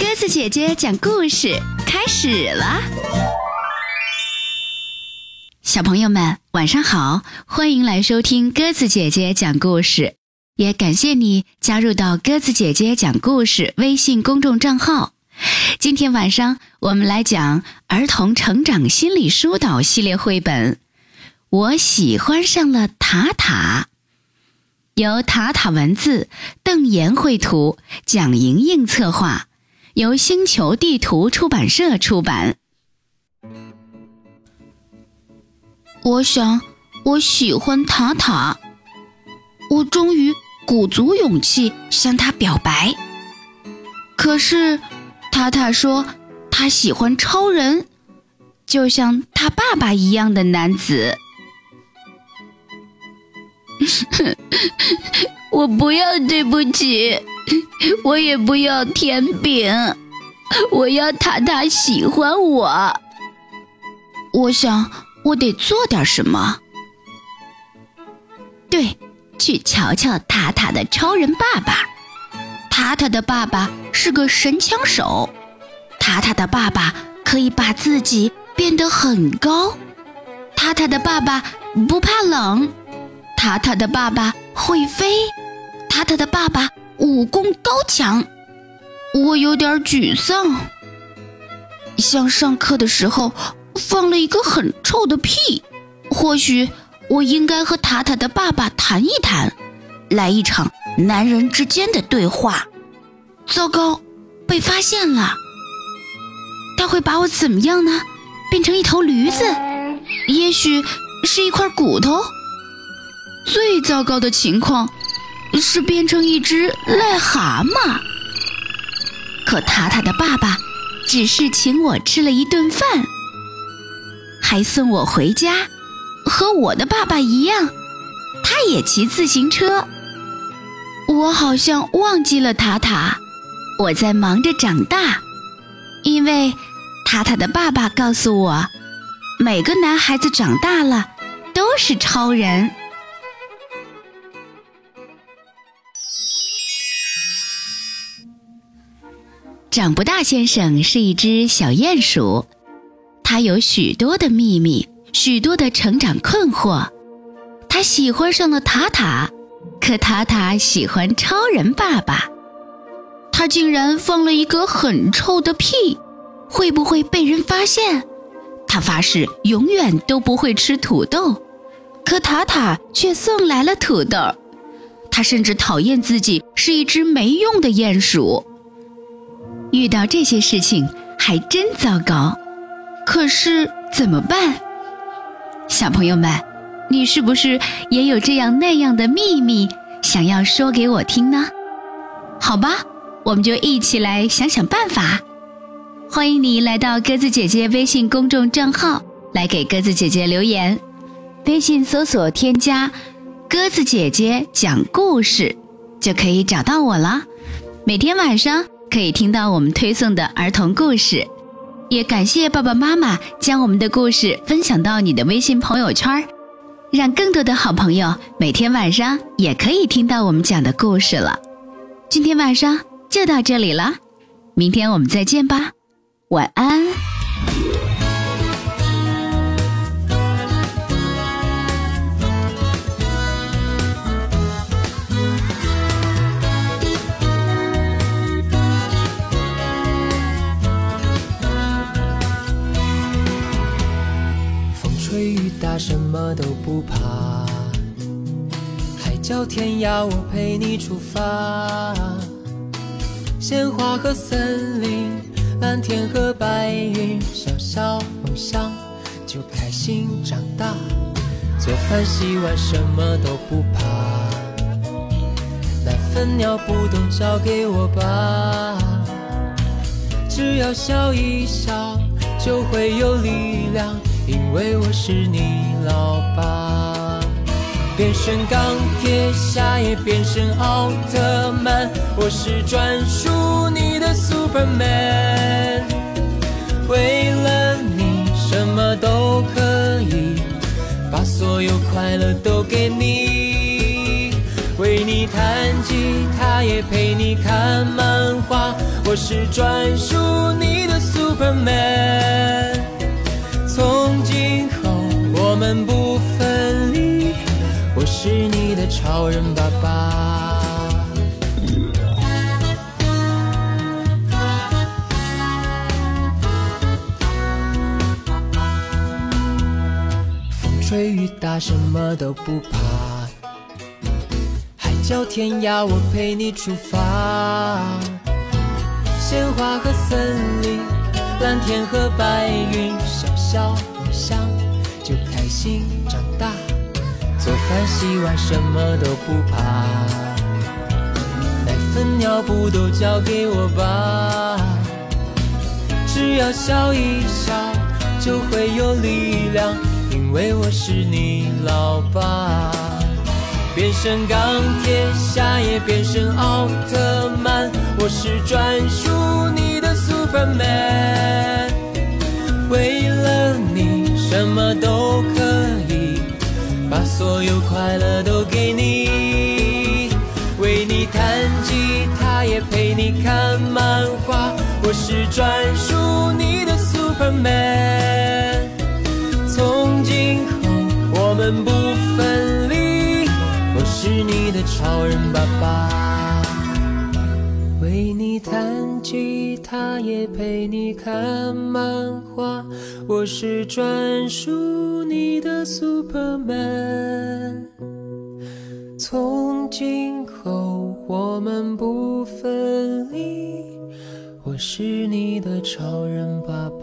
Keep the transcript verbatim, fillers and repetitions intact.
鸽子姐姐讲故事开始了。小朋友们晚上好，欢迎来收听鸽子姐姐讲故事，也感谢你加入到鸽子姐姐讲故事微信公众账号。今天晚上我们来讲儿童成长心理疏导系列绘本，我喜欢上了塔塔，由塔塔文字，邓岩绘图，蒋莹莹策划，由星球地图出版社出版。我想，我喜欢塔塔。我终于鼓足勇气向他表白。可是，塔塔说他喜欢超人，就像他爸爸一样的男子。我不要对不起，我也不要甜饼，我要塔塔喜欢我。我想我得做点什么。对，去瞧瞧塔塔的超人爸爸。塔塔的爸爸是个神枪手，塔塔的爸爸可以把自己变得很高。塔塔的爸爸不怕冷，塔塔的爸爸会飞，塔塔的爸爸武功高强。我有点沮丧，像上课的时候放了一个很臭的屁。或许我应该和塔塔的爸爸谈一谈，来一场男人之间的对话。糟糕，被发现了。他会把我怎么样呢？变成一头驴子？也许是一块骨头？最糟糕的情况是变成一只癞蛤蟆。可塔塔的爸爸只是请我吃了一顿饭，还送我回家，和我的爸爸一样，他也骑自行车。我好像忘记了塔塔，我在忙着长大，因为塔塔的爸爸告诉我，每个男孩子长大了都是超人。长不大先生是一只小鼹鼠，他有许多的秘密，许多的成长困惑。他喜欢上了塔塔，可塔塔喜欢超人爸爸。他竟然放了一个很臭的屁，会不会被人发现？他发誓永远都不会吃土豆，可塔塔却送来了土豆。他甚至讨厌自己是一只没用的鼹鼠。遇到这些事情还真糟糕，可是怎么办？小朋友们，你是不是也有这样那样的秘密想要说给我听呢？好吧，我们就一起来想想办法。欢迎你来到鸽子姐姐微信公众账号，来给鸽子姐姐留言。微信搜索添加鸽子姐姐讲故事，就可以找到我了。每天晚上可以听到我们推送的儿童故事，也感谢爸爸妈妈将我们的故事分享到你的微信朋友圈，让更多的好朋友每天晚上也可以听到我们讲的故事了。今天晚上就到这里了，明天我们再见吧，晚安。 吹雨打什么都不怕，海角天涯我陪你出发，鲜花和森林，蓝天和白云，小小梦想就开心长大，做饭洗碗什么都不怕，奶粉尿布都交给我吧，只要笑一笑就会有力量，因为我是你老爸。变身钢铁侠也变身奥特曼，我是专属你的 Superman。 为了你什么都可以，把所有快乐都给你，为你弹吉他也陪你看漫画， 我是专属你的 Superman。 从今后我们不分离，我是你的超人爸爸。风吹雨打什么都不怕，海角天涯我陪你出发。鲜花和森林，蓝天和白云，小小梦想就开心长大。做饭洗碗什么都不怕，奶粉尿布都交给我吧。只要笑一笑就会有力量，因为我是你老爸。变身钢铁侠也变身奥特曼，我是专属你的 Superman。 为了你什么都可以，把所有快乐都给你。为你弹吉他也陪你看漫画，我是专属你的 Superman。 从今后我们不分离，我是你的超人爸爸。为你弹吉他也陪你看漫画，我是专属你的 Superman。 从今后我们不分离，我是你的超人爸